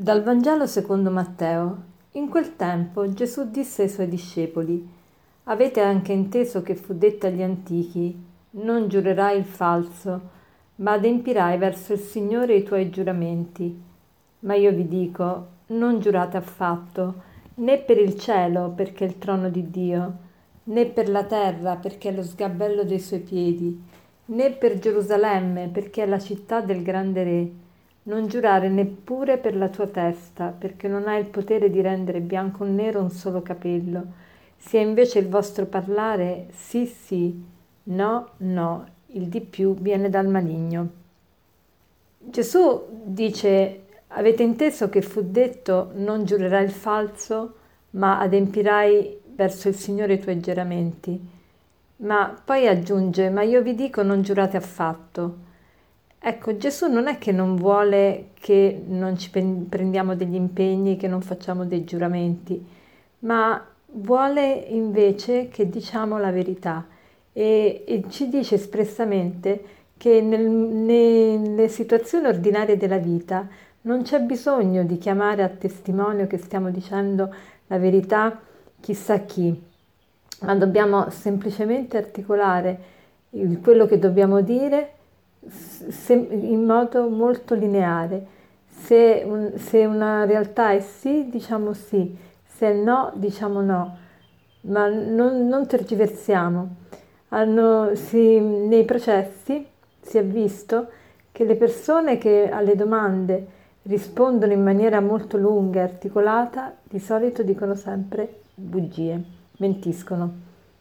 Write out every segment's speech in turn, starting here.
Dal Vangelo secondo Matteo. In quel tempo Gesù disse ai suoi discepoli: Avete anche inteso che fu detto agli antichi: non giurerai il falso, ma adempirai verso il Signore i tuoi giuramenti. Ma io vi dico: non giurate affatto, né per il cielo, perché è il trono di Dio, né per la terra, perché è lo sgabello dei suoi piedi, né per Gerusalemme, perché è la città del grande re. Non giurare neppure per la tua testa, perché non hai il potere di rendere bianco o nero un solo capello. Sia invece il vostro parlare sì sì, no no, il di più viene dal maligno. Gesù dice: avete inteso che fu detto non giurerai il falso, ma adempirai verso il Signore i tuoi giuramenti. Ma poi aggiunge: ma io vi dico non giurate affatto. Ecco, Gesù non è che non vuole che non ci prendiamo degli impegni, che non facciamo dei giuramenti, ma vuole invece che diciamo la verità e ci dice espressamente che nelle situazioni ordinarie della vita non c'è bisogno di chiamare a testimonio che stiamo dicendo la verità chissà chi, ma dobbiamo semplicemente articolare quello che dobbiamo dire in modo molto lineare. Se una realtà è sì, diciamo sì, se è no, diciamo no, ma non tergiversiamo. Nei processi si è visto che le persone che alle domande rispondono in maniera molto lunga e articolata, di solito dicono sempre bugie, mentiscono.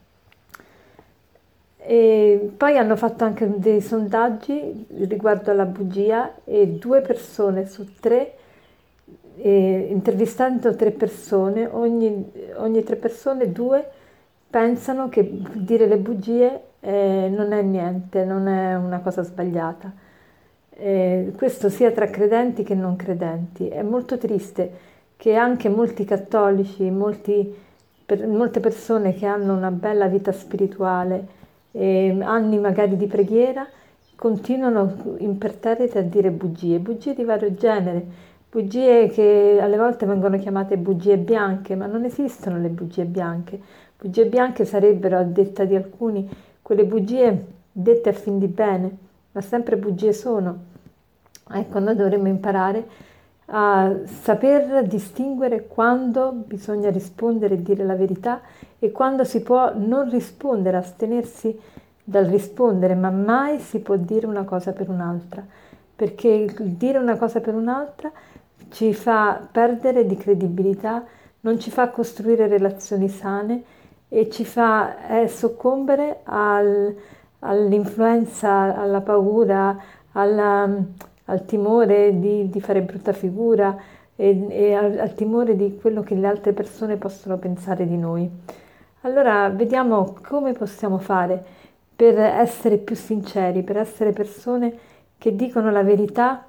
E poi hanno fatto anche dei sondaggi riguardo alla bugia e 2 persone su 3, intervistando 3 persone, ogni 3 persone, 2 pensano che dire le bugie non è niente, non è una cosa sbagliata. Questo sia tra credenti che non credenti. È molto triste che anche molti cattolici, molte persone che hanno una bella vita spirituale, anni magari di preghiera, continuano imperterriti a dire bugie, bugie di vario genere, bugie che alle volte vengono chiamate bugie bianche, ma non esistono le bugie bianche. Bugie bianche sarebbero, a detta di alcuni, quelle bugie dette a fin di bene, ma sempre bugie sono. Ecco, noi dovremmo imparare a saper distinguere quando bisogna rispondere e dire la verità e quando si può non rispondere, astenersi dal rispondere, ma mai si può dire una cosa per un'altra, perché il dire una cosa per un'altra ci fa perdere di credibilità, non ci fa costruire relazioni sane e ci fa soccombere all'influenza, alla paura, al timore di fare brutta figura e al timore di quello che le altre persone possono pensare di noi. Allora vediamo come possiamo fare per essere più sinceri, per essere persone che dicono la verità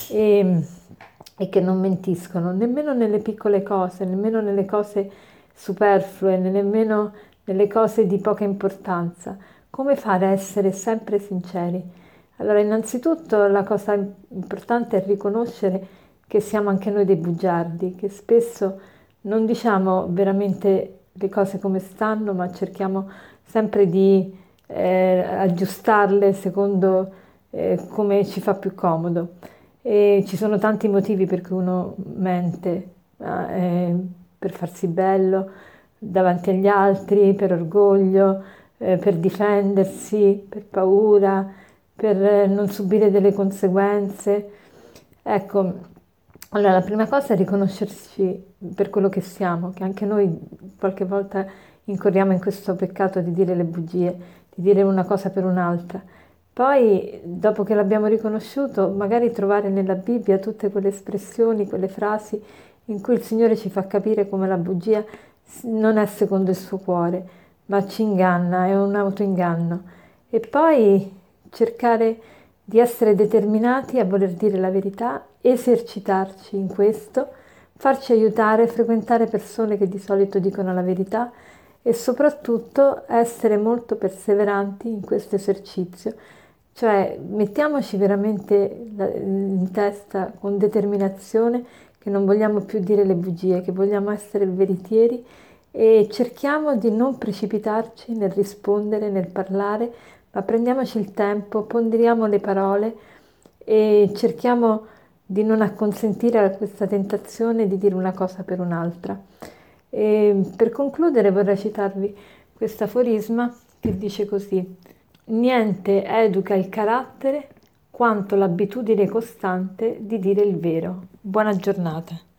e che non mentiscono, nemmeno nelle piccole cose, nemmeno nelle cose superflue, nemmeno nelle cose di poca importanza. Come fare a essere sempre sinceri? Allora, innanzitutto la cosa importante è riconoscere che siamo anche noi dei bugiardi, che spesso non diciamo veramente le cose come stanno, ma cerchiamo sempre di aggiustarle secondo come ci fa più comodo. E ci sono tanti motivi per cui uno mente, per farsi bello davanti agli altri, per orgoglio, per difendersi, per paura, per non subire delle conseguenze. Ecco, allora la prima cosa è riconoscerci per quello che siamo, che anche noi qualche volta incorriamo in questo peccato di dire le bugie, di dire una cosa per un'altra. Poi, dopo che l'abbiamo riconosciuto, magari trovare nella Bibbia tutte quelle espressioni, quelle frasi in cui il Signore ci fa capire come la bugia non è secondo il suo cuore, ma ci inganna, è un autoinganno. E poi cercare di essere determinati a voler dire la verità, esercitarci in questo, farci aiutare, frequentare persone che di solito dicono la verità e soprattutto essere molto perseveranti in questo esercizio. Cioè mettiamoci veramente in testa con determinazione che non vogliamo più dire le bugie, che vogliamo essere veritieri e cerchiamo di non precipitarci nel rispondere, nel parlare, ma prendiamoci il tempo, ponderiamo le parole e cerchiamo di non acconsentire a questa tentazione di dire una cosa per un'altra. E per concludere vorrei citarvi questo aforisma che dice così: niente educa il carattere quanto l'abitudine costante di dire il vero. Buona giornata.